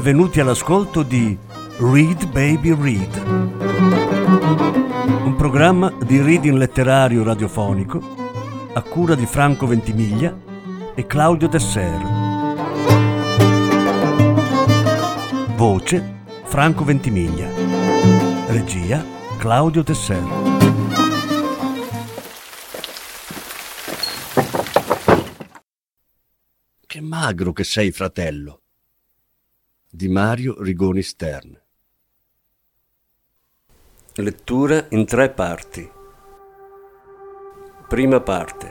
Benvenuti all'ascolto di Read Baby Read, un programma di reading letterario radiofonico a cura di Franco Ventimiglia e Claudio Desser. Voce Franco Ventimiglia. Regia Claudio Desser. Che magro che sei, fratello. Di Mario Rigoni Stern. Lettura in 3 parti. Prima parte.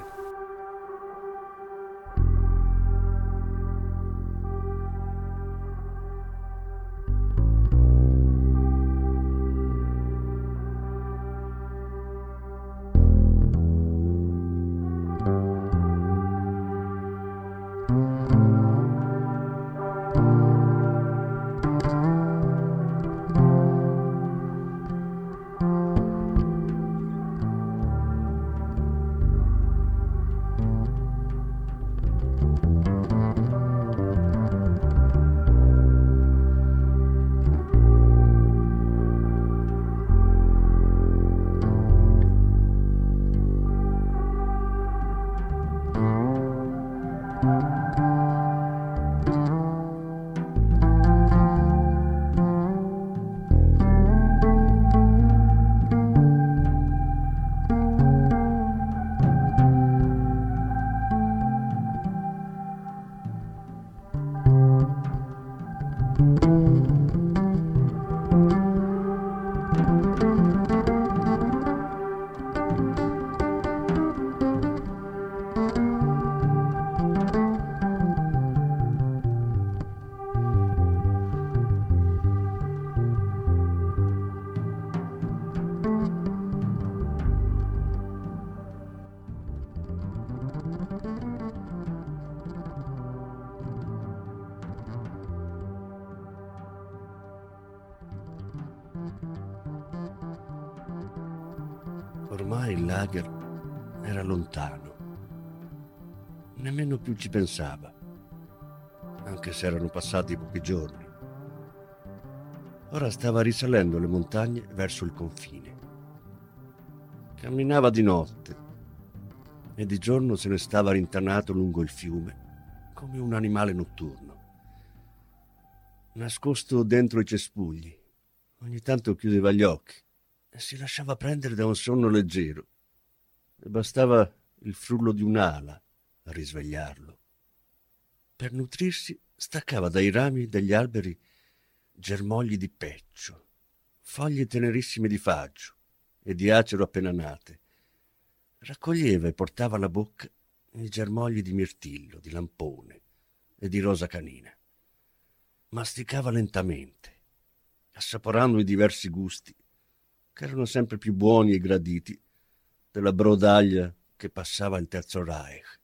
Ormai il lager era lontano, nemmeno più ci pensava, anche se erano passati pochi giorni. Ora stava risalendo le montagne verso il confine. Camminava di notte e di giorno se ne stava rintanato lungo il fiume come un animale notturno. Nascosto dentro i cespugli, ogni tanto chiudeva gli occhi e si lasciava prendere da un sonno leggero, e bastava il frullo di un'ala a risvegliarlo. Per nutrirsi staccava dai rami degli alberi germogli di peccio, foglie tenerissime di faggio e di acero appena nate. Raccoglieva e portava alla bocca i germogli di mirtillo, di lampone e di rosa canina. Masticava lentamente, assaporando i diversi gusti che erano sempre più buoni e graditi della brodaglia che passava il Terzo Reich.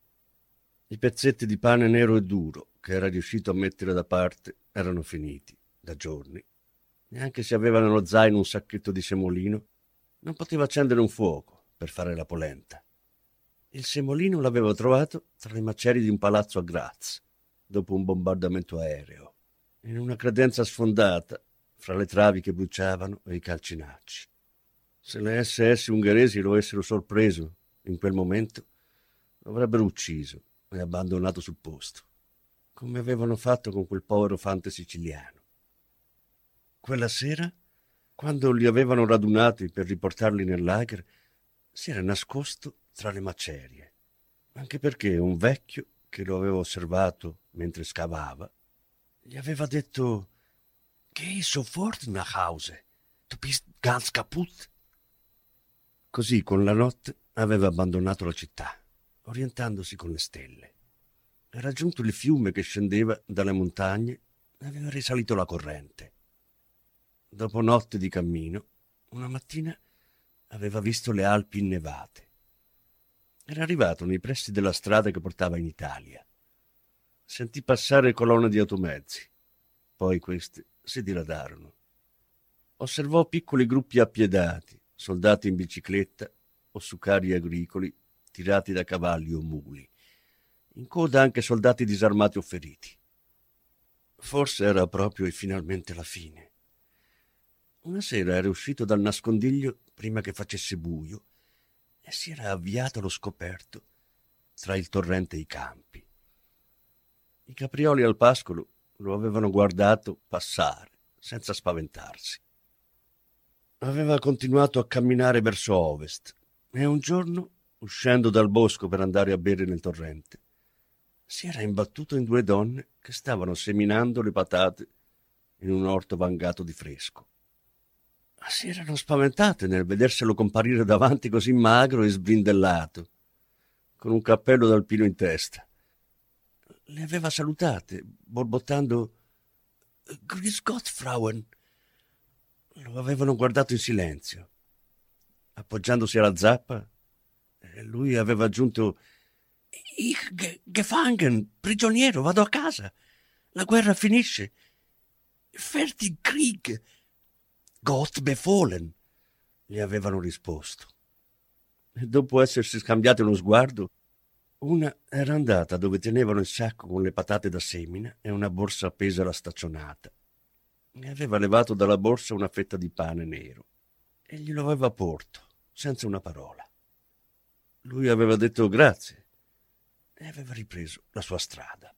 I pezzetti di pane nero e duro che era riuscito a mettere da parte erano finiti da giorni. Neanche se aveva nello zaino un sacchetto di semolino, non poteva accendere un fuoco per fare la polenta. Il semolino l'aveva trovato tra le macerie di un palazzo a Graz, dopo un bombardamento aereo, in una credenza sfondata fra le travi che bruciavano e i calcinacci. Se le SS ungheresi lo avessero sorpreso in quel momento, lo avrebbero ucciso e abbandonato sul posto, come avevano fatto con quel povero fante siciliano. Quella sera, quando li avevano radunati per riportarli nel lager, si era nascosto tra le macerie, anche perché un vecchio che lo aveva osservato mentre scavava gli aveva detto: «Geh sofort nach Hause, du bist ganz kaputt». Così con la notte aveva abbandonato la città, orientandosi con le stelle. Era giunto il fiume che scendeva dalle montagne e aveva risalito la corrente. Dopo notte di cammino, una mattina aveva visto le Alpi innevate. Era arrivato nei pressi della strada che portava in Italia. Sentì passare colonne di automezzi. Poi queste si diradarono. Osservò piccoli gruppi appiedati, soldati in bicicletta o su carri agricoli tirati da cavalli o muli. In coda anche soldati disarmati o feriti. Forse era proprio e finalmente la fine. Una sera era uscito dal nascondiglio prima che facesse buio e si era avviato allo scoperto tra il torrente e i campi. I caprioli al pascolo lo avevano guardato passare senza spaventarsi. Aveva continuato a camminare verso ovest e un giorno, uscendo dal bosco per andare a bere nel torrente, si era imbattuto in due donne che stavano seminando le patate in un orto vangato di fresco. Si erano spaventate nel vederselo comparire davanti così magro e sbrindellato, con un cappello d'alpino in testa. Le aveva salutate, borbottando «Grüß Gott, Frauen!». Lo avevano guardato in silenzio. Appoggiandosi alla zappa, lui aveva aggiunto «Ich gefangen, prigioniero, vado a casa. La guerra finisce. Fertig Krieg. Gott befohlen», gli avevano risposto. E dopo essersi scambiati uno sguardo, una era andata dove tenevano il sacco con le patate da semina e una borsa appesa alla staccionata. E aveva levato dalla borsa una fetta di pane nero e glielo aveva porto, senza una parola. Lui aveva detto grazie e aveva ripreso la sua strada.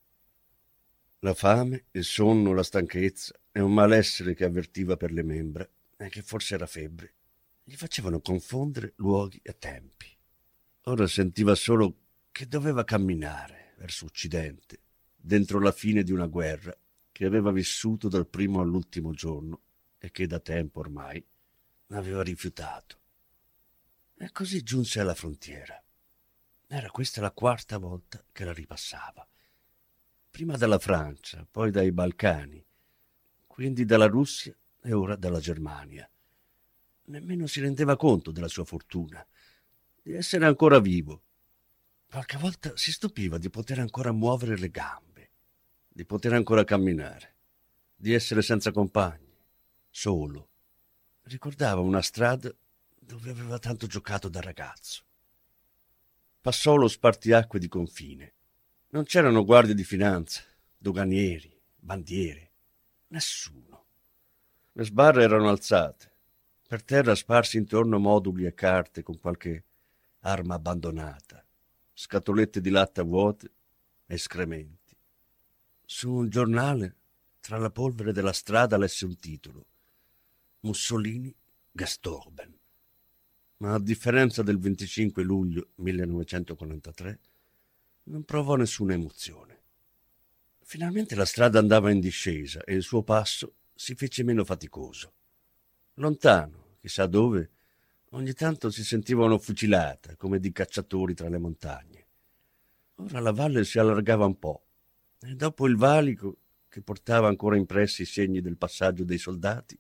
La fame, il sonno, la stanchezza e un malessere che avvertiva per le membra e che forse era febbre gli facevano confondere luoghi e tempi. Ora sentiva solo che doveva camminare verso Occidente, dentro la fine di una guerra che aveva vissuto dal primo all'ultimo giorno e che da tempo ormai aveva rifiutato. E così giunse alla frontiera. Era questa la quarta volta che la ripassava. Prima dalla Francia, poi dai Balcani, quindi dalla Russia e ora dalla Germania. Nemmeno si rendeva conto della sua fortuna, di essere ancora vivo. Qualche volta si stupiva di poter ancora muovere le gambe, di poter ancora camminare, di essere senza compagni, solo. Ricordava una strada dove aveva tanto giocato da ragazzo. Passò lo spartiacque di confine. Non c'erano guardie di finanza, doganieri, bandiere, nessuno. Le sbarre erano alzate, per terra sparsi intorno moduli e carte con qualche arma abbandonata, scatolette di latta vuote, escrementi. Su un giornale, tra la polvere della strada, lesse un titolo: Mussolini gestorben. Ma a differenza del 25 luglio 1943, non provò nessuna emozione. Finalmente la strada andava in discesa e il suo passo si fece meno faticoso. Lontano, chissà dove, ogni tanto si sentiva una fucilata, come di cacciatori tra le montagne. Ora la valle si allargava un po' e dopo il valico, che portava ancora impressi i segni del passaggio dei soldati,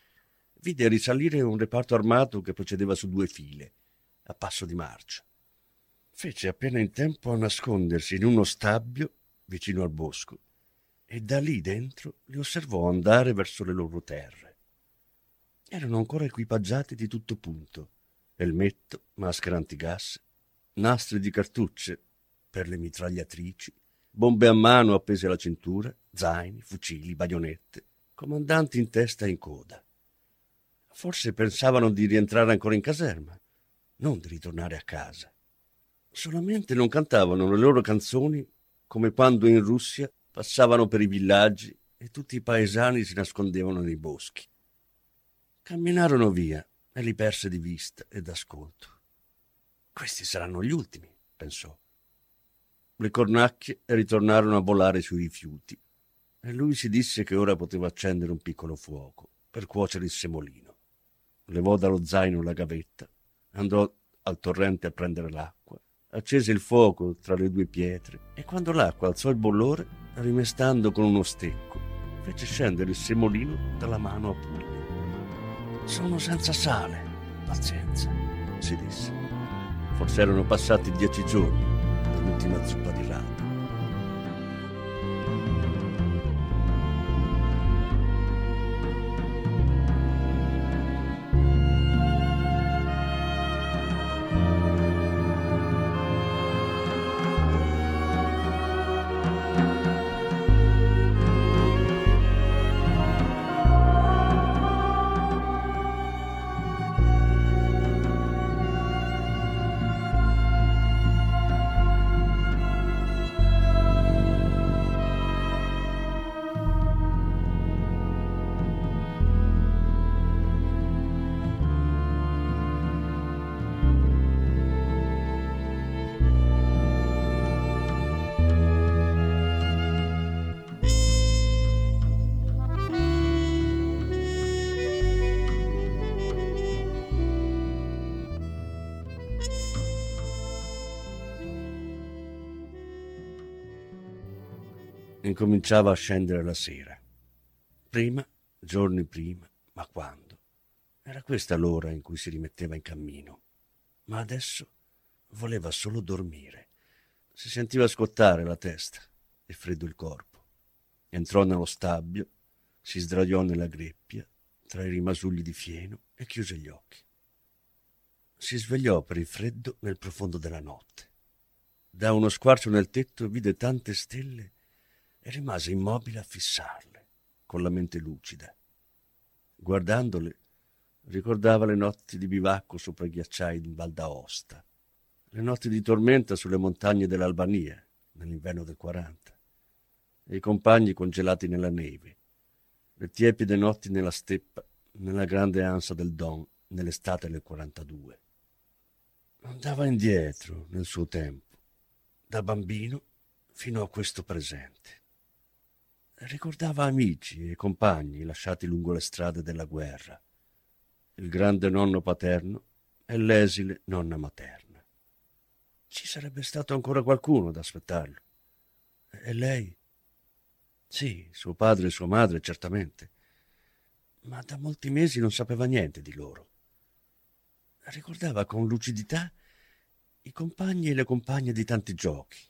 vide risalire un reparto armato che procedeva su due file, a passo di marcia. Fece appena in tempo a nascondersi in uno stabbio vicino al bosco e da lì dentro li osservò andare verso le loro terre. Erano ancora equipaggiati di tutto punto: elmetto, maschera antigas, nastri di cartucce per le mitragliatrici, bombe a mano appese alla cintura, zaini, fucili, baionette, comandanti in testa e in coda. Forse pensavano di rientrare ancora in caserma, non di ritornare a casa. Solamente non cantavano le loro canzoni come quando in Russia passavano per i villaggi e tutti i paesani si nascondevano nei boschi. Camminarono via e li perse di vista e d'ascolto. Questi saranno gli ultimi, pensò. Le cornacchie ritornarono a volare sui rifiuti e lui si disse che ora poteva accendere un piccolo fuoco per cuocere il semolino. Levò dallo zaino la gavetta, andò al torrente a prendere l'acqua, accese il fuoco tra le due pietre e quando l'acqua alzò il bollore, rimestando con uno stecco, fece scendere il semolino dalla mano a pugno. «Sono senza sale, pazienza», si disse. Forse erano passati 10 giorni dall'ultima zuppa di rame. incominciava a scendere la sera. Prima, giorni prima, ma quando? Era questa l'ora in cui si rimetteva in cammino. Ma adesso voleva solo dormire. Si sentiva scottare la testa e freddo il corpo. Entrò nello stabbio, si sdraiò nella greppia, tra i rimasugli di fieno, e chiuse gli occhi. Si svegliò per il freddo nel profondo della notte. Da uno squarcio nel tetto vide tante stelle e rimase immobile a fissarle, con la mente lucida. Guardandole, ricordava le notti di bivacco sopra i ghiacciai in Val d'Aosta, le notti di tormenta sulle montagne dell'Albania, nell'inverno del 40, e i compagni congelati nella neve, le tiepide notti nella steppa, nella grande ansa del Don, nell'estate del 42. Andava indietro nel suo tempo, da bambino fino a questo presente. Ricordava amici e compagni lasciati lungo le strade della guerra, il grande nonno paterno e l'esile nonna materna. Ci sarebbe stato ancora qualcuno ad aspettarlo. E lei? Sì, suo padre e sua madre, certamente, ma da molti mesi non sapeva niente di loro. Ricordava con lucidità i compagni e le compagne di tanti giochi,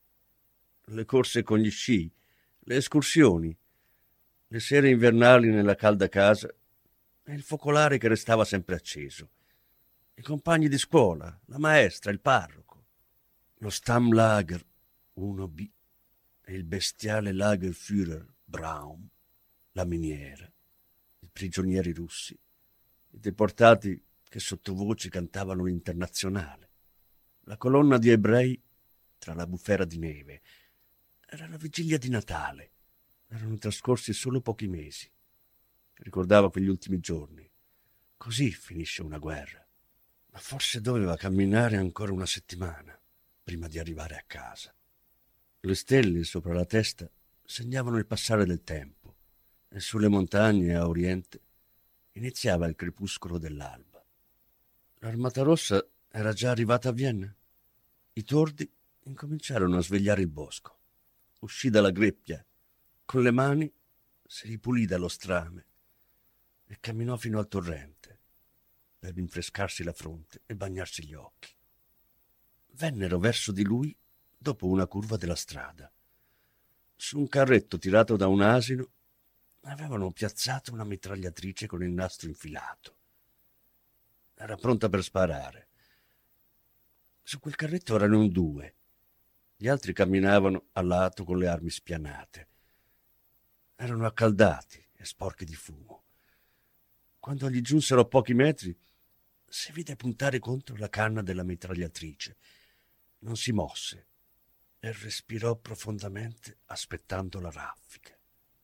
le corse con gli sci, le escursioni, le sere invernali nella calda casa e il focolare che restava sempre acceso, i compagni di scuola, la maestra, il parroco, lo Stammlager 1B e il bestiale Lagerführer Braun, la miniera, i prigionieri russi, i deportati che sottovoce cantavano l'Internazionale, la colonna di ebrei tra la bufera di neve. Era la vigilia di Natale. Erano trascorsi solo pochi mesi. Ricordava quegli ultimi giorni. Così finisce una guerra. Ma forse doveva camminare ancora una settimana prima di arrivare a casa. Le stelle sopra la testa segnavano il passare del tempo e sulle montagne a oriente iniziava il crepuscolo dell'alba. L'Armata Rossa era già arrivata a Vienna. I tordi incominciarono a svegliare il bosco. Uscì dalla greppia, con le mani si ripulì dallo strame e camminò fino al torrente per rinfrescarsi la fronte e bagnarsi gli occhi. Vennero verso di lui dopo una curva della strada. Su un carretto tirato da un asino avevano piazzato una mitragliatrice con il nastro infilato. Era pronta per sparare. Su quel carretto erano in due. Gli altri camminavano a lato con le armi spianate. Erano accaldati e sporchi di fumo. Quando gli giunsero a pochi metri, si vide puntare contro la canna della mitragliatrice. Non si mosse e respirò profondamente aspettando la raffica.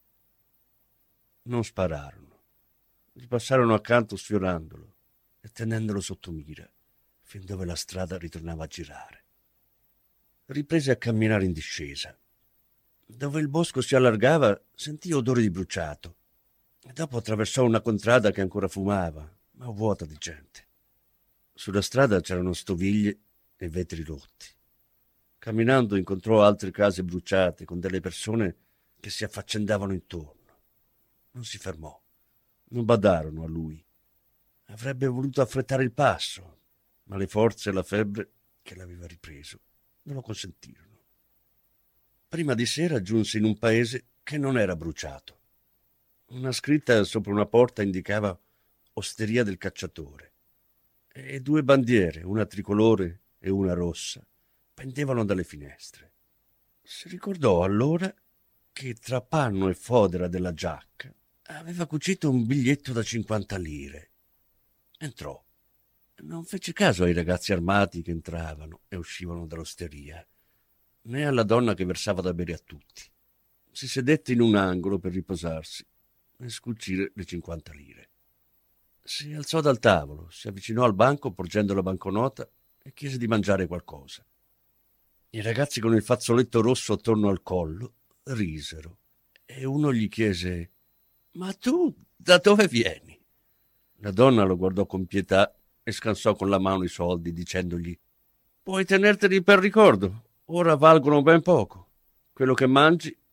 Non spararono. Gli passarono accanto sfiorandolo e tenendolo sotto mira, fin dove la strada ritornava a girare. Riprese a camminare in discesa. Dove il bosco si allargava sentì odore di bruciato e dopo attraversò una contrada che ancora fumava, ma vuota di gente. Sulla strada c'erano stoviglie e vetri rotti. Camminando incontrò altre case bruciate con delle persone che si affaccendavano intorno. Non si fermò. Non badarono a lui. Avrebbe voluto affrettare il passo, ma le forze e la febbre che l'aveva ripreso non lo consentirono. Prima di sera giunse in un paese che non era bruciato. Una scritta sopra una porta indicava Osteria del Cacciatore e due bandiere, una tricolore e una rossa, pendevano dalle finestre. Si ricordò allora che tra panno e fodera della giacca aveva cucito un biglietto da 50 lire. Entrò. Non fece caso ai ragazzi armati che entravano e uscivano dall'osteria, né alla donna che versava da bere a tutti. Si sedette in un angolo per riposarsi e scucire le 50 lire. Si alzò dal tavolo, si avvicinò al banco porgendo la banconota e chiese di mangiare qualcosa. I ragazzi con il fazzoletto rosso attorno al collo risero e uno gli chiese: «Ma tu da dove vieni?» La donna lo guardò con pietà e scansò con la mano i soldi dicendogli: «Puoi tenerteli per ricordo, ora valgono ben poco. Quello che mangi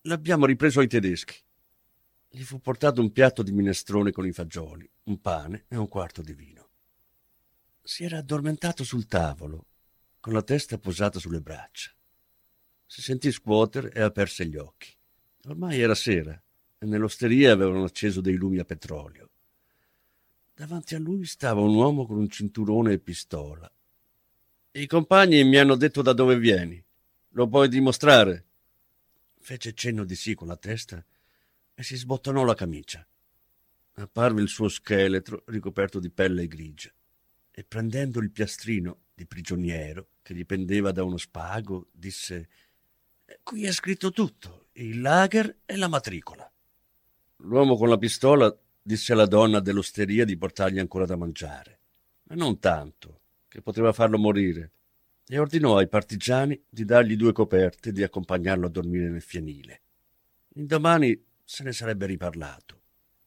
l'abbiamo ripreso ai tedeschi. Gli fu portato un piatto di minestrone con i fagioli, un pane e un quarto di vino. Si era addormentato sul tavolo, con la testa posata sulle braccia. Si sentì scuotere e aperse gli occhi. Ormai era sera e nell'osteria avevano acceso dei lumi a petrolio. Davanti a lui stava un uomo con un cinturone e pistola. «I compagni mi hanno detto da dove vieni. Lo puoi dimostrare?» Fece cenno di sì con la testa e si sbottonò la camicia. Apparve il suo scheletro ricoperto di pelle grigia e prendendo il piastrino di prigioniero che gli pendeva da uno spago disse: «Qui è scritto tutto, il lager e la matricola». L'uomo con la pistola disse alla donna dell'osteria di portargli ancora da mangiare, ma non tanto, che poteva farlo morire, e ordinò ai partigiani di dargli 2 coperte e di accompagnarlo a dormire nel fienile. Indomani se ne sarebbe riparlato.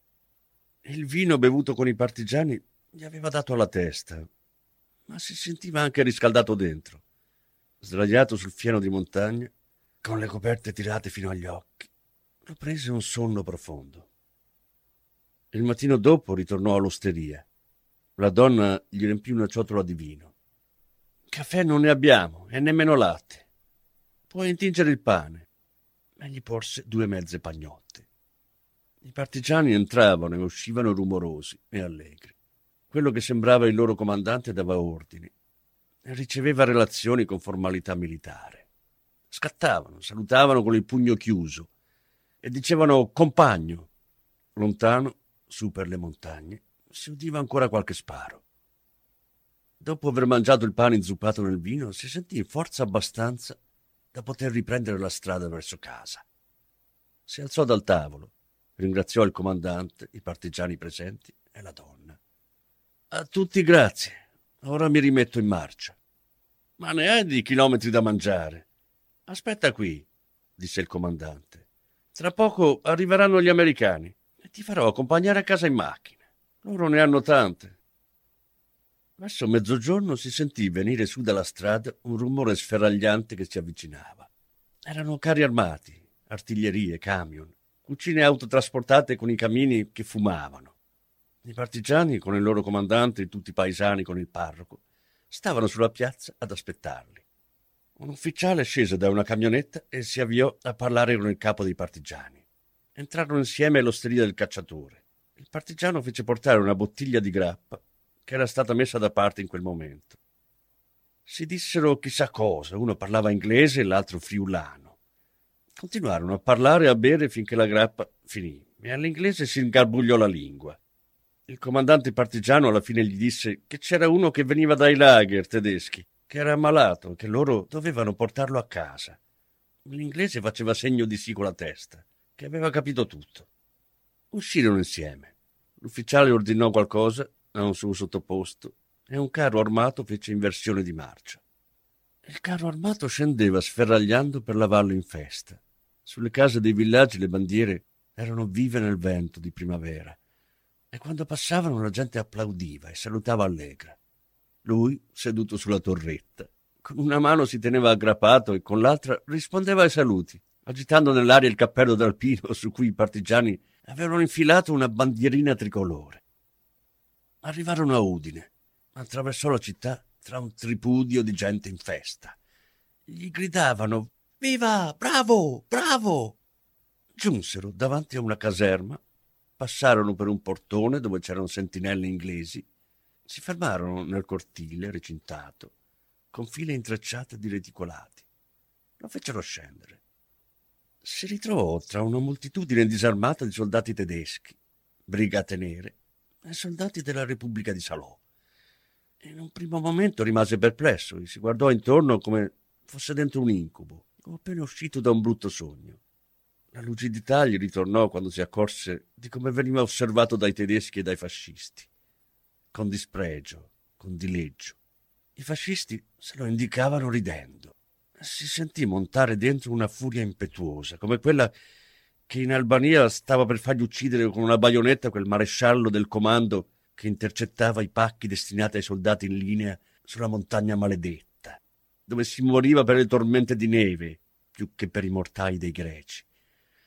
Il vino bevuto con i partigiani gli aveva dato alla testa, ma si sentiva anche riscaldato dentro. Sdraiato sul fieno di montagna, con le coperte tirate fino agli occhi, lo prese un sonno profondo. Il mattino dopo ritornò all'osteria. La donna gli riempì una ciotola di vino. «Caffè non ne abbiamo e nemmeno latte. Puoi intingere il pane». E gli porse 2 mezze pagnotte. I partigiani entravano e uscivano rumorosi e allegri. Quello che sembrava il loro comandante dava ordini e riceveva relazioni con formalità militare. Scattavano, salutavano con il pugno chiuso e dicevano «compagno». Lontano, su per le montagne, si udiva ancora qualche sparo. Dopo aver mangiato il pane inzuppato nel vino, si sentì in forza abbastanza da poter riprendere la strada verso casa. Si alzò dal tavolo, ringraziò il comandante, i partigiani presenti e la donna. «A tutti grazie, ora mi rimetto in marcia». «Ma ne hai di chilometri da mangiare». «Aspetta qui», disse il comandante. «Tra poco arriveranno gli americani e ti farò accompagnare a casa in macchina. Loro ne hanno tante». Verso mezzogiorno si sentì venire su dalla strada un rumore sferragliante che si avvicinava. Erano carri armati, artiglierie, camion, cucine autotrasportate con i camini che fumavano. I partigiani, con il loro comandante e tutti i paesani con il parroco, stavano sulla piazza ad aspettarli. Un ufficiale scese da una camionetta e si avviò a parlare con il capo dei partigiani. Entrarono insieme all'osteria del cacciatore. Il partigiano fece portare una bottiglia di grappa che era stata messa da parte in quel momento. Si dissero chissà cosa, uno parlava inglese e l'altro friulano. Continuarono a parlare e a bere finché la grappa finì e all'inglese si ingarbugliò la lingua. Il comandante partigiano alla fine gli disse che c'era uno che veniva dai lager tedeschi, che era ammalato e che loro dovevano portarlo a casa. L'inglese faceva segno di sì con la testa, che aveva capito tutto. Uscirono insieme. L'ufficiale ordinò qualcosa a un suo sottoposto e un carro armato fece inversione di marcia. Il carro armato scendeva sferragliando per la valle in festa. Sulle case dei villaggi le bandiere erano vive nel vento di primavera e quando passavano la gente applaudiva e salutava allegra. Lui, seduto sulla torretta, con una mano si teneva aggrappato e con l'altra rispondeva ai saluti, agitando nell'aria il cappello d'alpino su cui i partigiani avevano infilato una bandierina tricolore. Arrivarono a Udine. Attraversò la città tra un tripudio di gente in festa. Gli gridavano «Viva! Bravo! Bravo!». Giunsero davanti a una caserma, passarono per un portone dove c'erano sentinelle inglesi, si fermarono nel cortile recintato, con file intrecciate di reticolati. Lo fecero scendere. Si ritrovò tra una moltitudine disarmata di soldati tedeschi, brigate nere e soldati della Repubblica di Salò. In un primo momento rimase perplesso e si guardò intorno come fosse dentro un incubo o appena uscito da un brutto sogno. La lucidità gli ritornò quando si accorse di come veniva osservato dai tedeschi e dai fascisti. Con dispregio, con dileggio. I fascisti se lo indicavano ridendo. Si sentì montare dentro una furia impetuosa, come quella che in Albania stava per fargli uccidere con una baionetta quel maresciallo del comando che intercettava i pacchi destinati ai soldati in linea sulla montagna maledetta, dove si moriva per le tormente di neve più che per i mortai dei greci.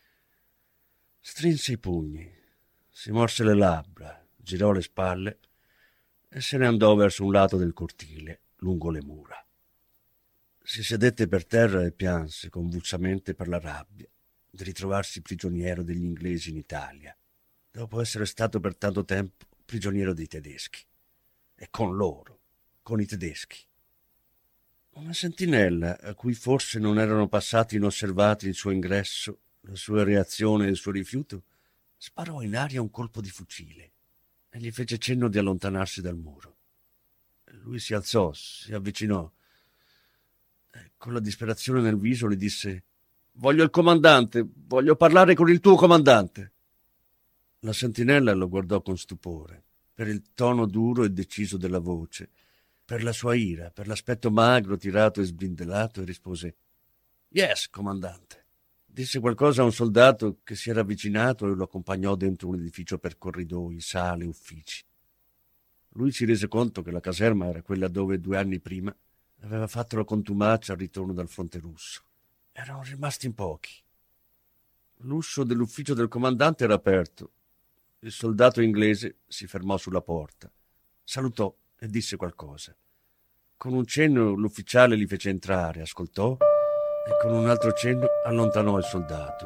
Strinse i pugni, si morse le labbra, girò le spalle e se ne andò verso un lato del cortile, lungo le mura. Si sedette per terra e pianse convulsamente per la rabbia di ritrovarsi prigioniero degli inglesi in Italia, dopo essere stato per tanto tempo prigioniero dei tedeschi. E con loro, con i tedeschi. Una sentinella, a cui forse non erano passati inosservati il suo ingresso, la sua reazione e il suo rifiuto, sparò in aria un colpo di fucile e gli fece cenno di allontanarsi dal muro. Lui si alzò, si avvicinò e con la disperazione nel viso le disse: «Voglio il comandante, voglio parlare con il tuo comandante». La sentinella lo guardò con stupore, per il tono duro e deciso della voce, per la sua ira, per l'aspetto magro, tirato e sbindelato, e rispose: «Yes, comandante». Disse qualcosa a un soldato che si era avvicinato e lo accompagnò dentro un edificio per corridoi, sale, uffici. Lui si rese conto che la caserma era quella dove 2 anni prima aveva fatto la contumacia al ritorno dal fronte russo. Erano rimasti in pochi. L'uscio dell'ufficio del comandante era aperto. Il soldato inglese si fermò sulla porta, salutò e disse qualcosa. Con un cenno l'ufficiale li fece entrare, ascoltò e con un altro cenno allontanò il soldato.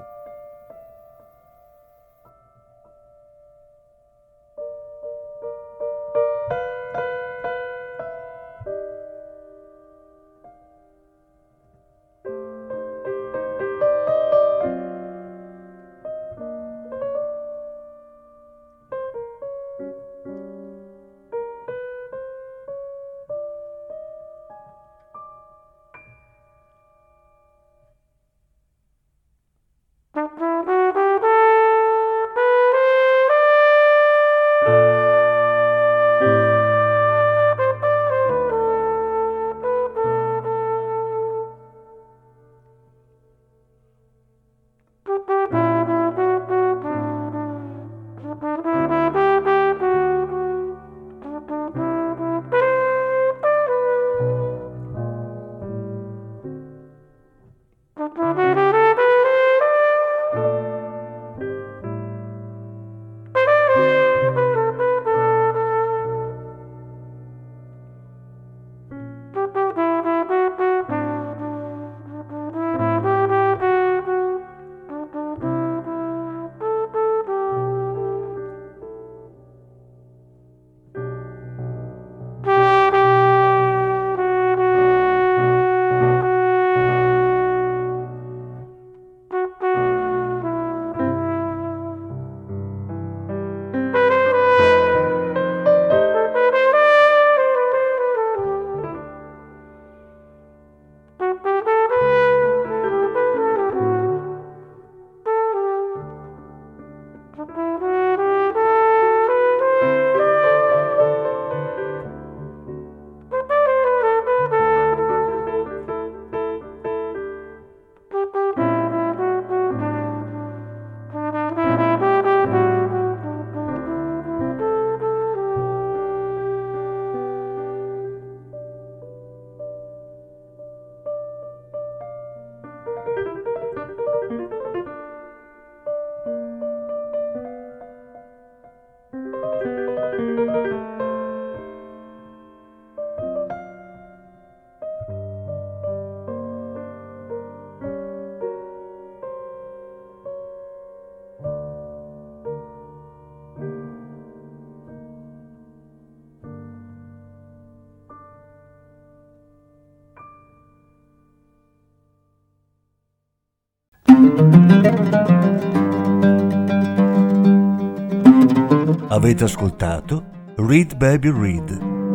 Avete ascoltato Read Baby Read,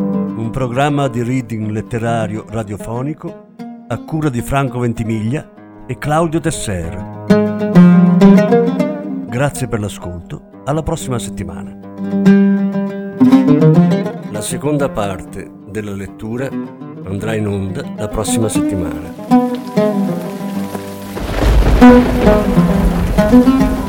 un programma di reading letterario radiofonico a cura di Franco Ventimiglia e Claudio Tesser. Grazie per l'ascolto, alla prossima settimana. La seconda parte della lettura andrà in onda la prossima settimana.